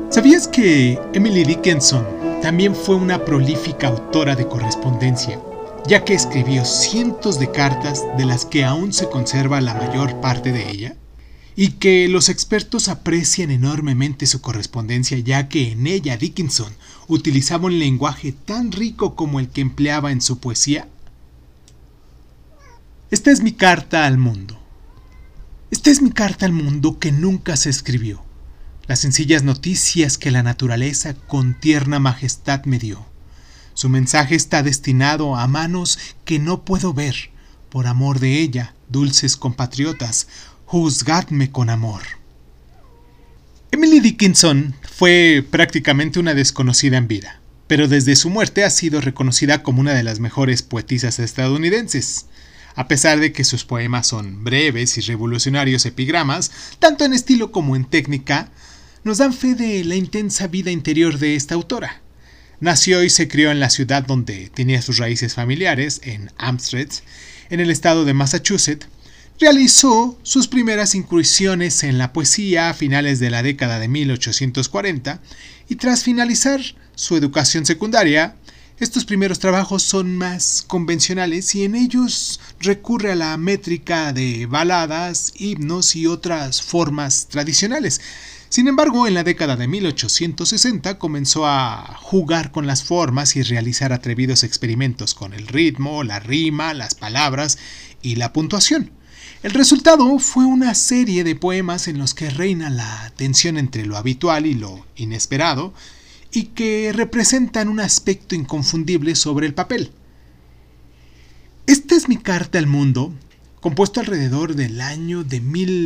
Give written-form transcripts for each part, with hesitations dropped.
¿Sabías que Emily Dickinson también fue una prolífica autora de correspondencia, ya que escribió cientos de cartas de las que aún se conserva la mayor parte de ella? Y que los expertos aprecian enormemente su correspondencia, ya que en ella Dickinson utilizaba un lenguaje tan rico como el que empleaba en su poesía. Esta es mi carta al mundo. Esta es mi carta al mundo que nunca se escribió. Las sencillas noticias que la naturaleza con tierna majestad me dio. Su mensaje está destinado a manos que no puedo ver. Por amor de ella, dulces compatriotas, juzgadme con amor. Emily Dickinson fue prácticamente una desconocida en vida, pero desde su muerte ha sido reconocida como una de las mejores poetisas estadounidenses. A pesar de que sus poemas son breves y revolucionarios epigramas, tanto en estilo como en técnica, nos dan fe de la intensa vida interior de esta autora. Nació y se crió en la ciudad donde tenía sus raíces familiares, en Amherst, en el estado de Massachusetts. Realizó sus primeras incursiones en la poesía a finales de la década de 1840 y tras finalizar su educación secundaria, estos primeros trabajos son más convencionales y en ellos recurre a la métrica de baladas, himnos y otras formas tradicionales. Sin embargo, en la década de 1860 comenzó a jugar con las formas y realizar atrevidos experimentos con el ritmo, la rima, las palabras y la puntuación. El resultado fue una serie de poemas en los que reina la tensión entre lo habitual y lo inesperado y que representan un aspecto inconfundible sobre el papel. Esta es mi carta al mundo, compuesto alrededor del año de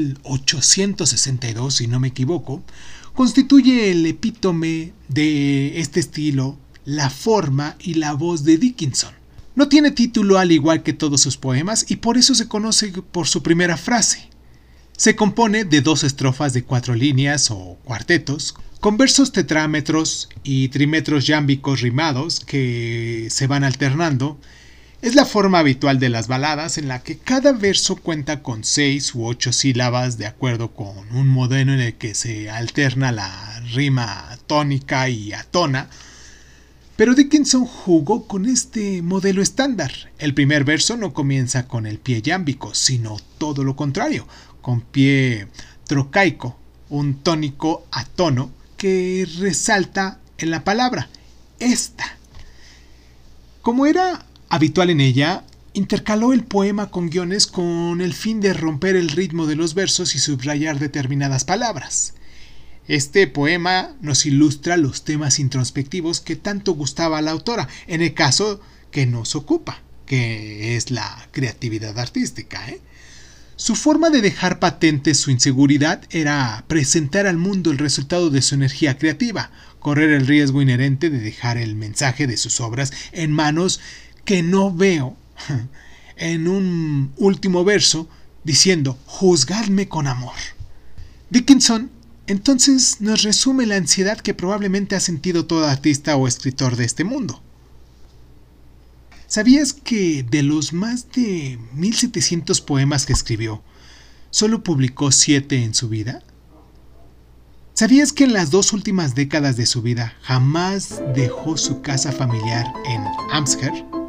1862, si no me equivoco, constituye el epítome de este estilo, la forma y la voz de Dickinson. No tiene título al igual que todos sus poemas y por eso se conoce por su primera frase. Se compone de 2 estrofas de 4 líneas o cuartetos, con versos tetrámetros y trímetros yámbicos rimados que se van alternando. Es la forma habitual de las baladas en la que cada verso cuenta con 6 u 8 sílabas de acuerdo con un modelo en el que se alterna la rima tónica y atona. Pero Dickinson jugó con este modelo estándar. El primer verso no comienza con el pie yámbico, sino todo lo contrario, con pie trocaico, un tónico a tono que resalta en la palabra esta. Como era habitual en ella, intercaló el poema con guiones con el fin de romper el ritmo de los versos y subrayar determinadas palabras. Este poema nos ilustra los temas introspectivos que tanto gustaba a la autora, en el caso que nos ocupa, que es la creatividad artística. Su forma de dejar patente su inseguridad era presentar al mundo el resultado de su energía creativa, correr el riesgo inherente de dejar el mensaje de sus obras en manos que no veo, en un último verso diciendo juzgadme con amor. Dickinson entonces nos resume la ansiedad que probablemente ha sentido todo artista o escritor de este mundo. ¿Sabías que de los más de 1700 poemas que escribió, solo publicó 7 en su vida? ¿Sabías que en las 2 últimas décadas de su vida jamás dejó su casa familiar en Amherst?